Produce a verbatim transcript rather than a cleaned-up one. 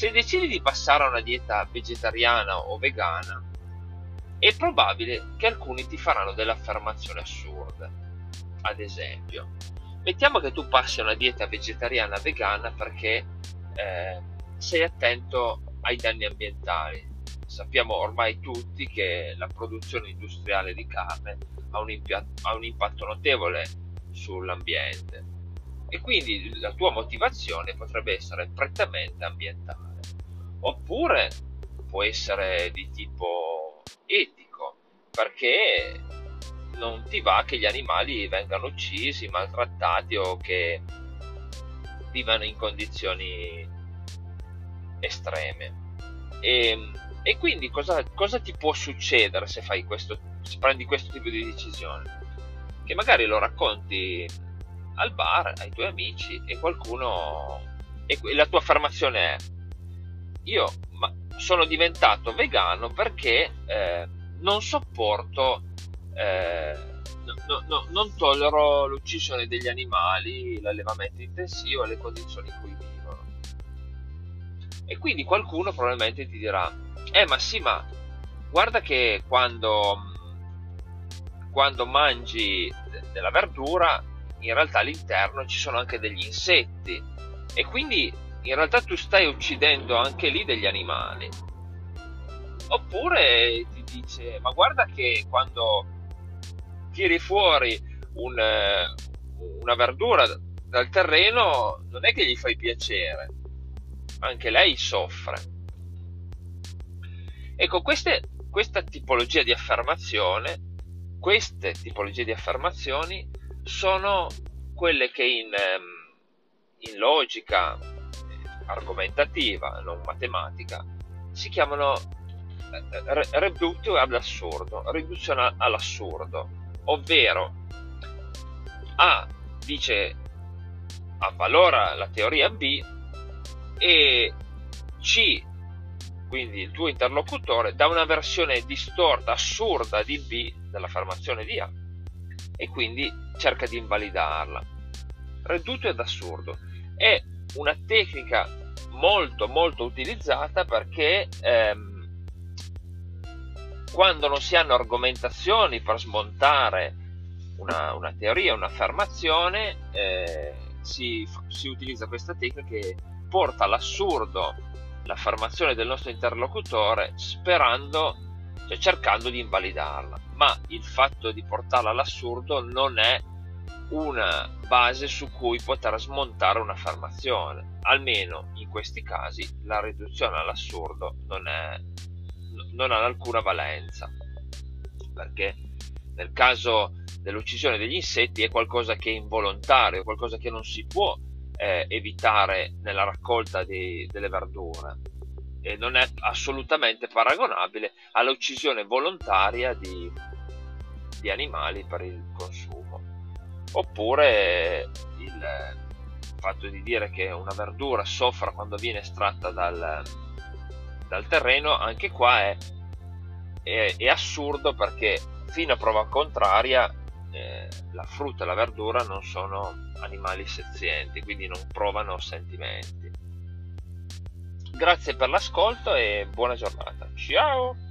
Se decidi di passare a una dieta vegetariana o vegana, è probabile che alcuni ti faranno delle affermazioni assurde. Ad esempio, mettiamo che tu passi a una dieta vegetariana vegana perché eh, sei attento ai danni ambientali. Sappiamo ormai tutti che la produzione industriale di carne ha un, impianto, ha un impatto notevole sull'ambiente, e quindi la tua motivazione potrebbe essere prettamente ambientale, oppure può essere di tipo etico, perché non ti va che gli animali vengano uccisi, maltrattati o che vivano in condizioni estreme. E, e quindi cosa, cosa ti può succedere se fai questo, se prendi questo tipo di decisione? Che magari lo racconti al bar ai tuoi amici e qualcuno, e la tua affermazione è: io ma, sono diventato vegano perché eh, non sopporto eh, no, no, no, non tollero l'uccisione degli animali, l'allevamento intensivo e le condizioni in cui vivono. E quindi qualcuno probabilmente ti dirà: eh ma sì, ma guarda che quando quando mangi della verdura, in realtà all'interno ci sono anche degli insetti, e quindi in realtà tu stai uccidendo anche lì degli animali. Oppure ti dice: ma guarda che quando tiri fuori un, una verdura dal terreno non è che gli fai piacere, anche lei soffre. Ecco, queste, questa tipologia di affermazione queste tipologie di affermazioni sono quelle che in, in logica argomentativa, non matematica, si chiamano reductio ad assurdo, riduzione all'assurdo, ovvero A dice, avvalora la teoria B, e C, quindi il tuo interlocutore, dà una versione distorta, assurda di B, dell'affermazione di A, e quindi cerca di invalidarla. Ridutto ed assurdo è una tecnica molto molto utilizzata perché ehm, quando non si hanno argomentazioni per smontare una, una teoria, un'affermazione, eh, si, si utilizza questa tecnica che porta all'assurdo l'affermazione del nostro interlocutore, sperando, cioè cercando di invalidarla. Ma il fatto di portarla all'assurdo non è una base su cui poter smontare un'affermazione. Almeno in questi casi la riduzione all'assurdo non, è, non ha alcuna valenza, perché nel caso dell'uccisione degli insetti è qualcosa che è involontario, è qualcosa che non si può eh, evitare nella raccolta di, delle verdure, e non è assolutamente paragonabile all'uccisione volontaria di, di animali per il consumo. Oppure il fatto di dire che una verdura soffra quando viene estratta dal, dal terreno, anche qua è, è, è assurdo, perché fino a prova contraria eh, la frutta e la verdura non sono animali senzienti, quindi non provano sentimenti. Grazie per l'ascolto e buona giornata. Ciao!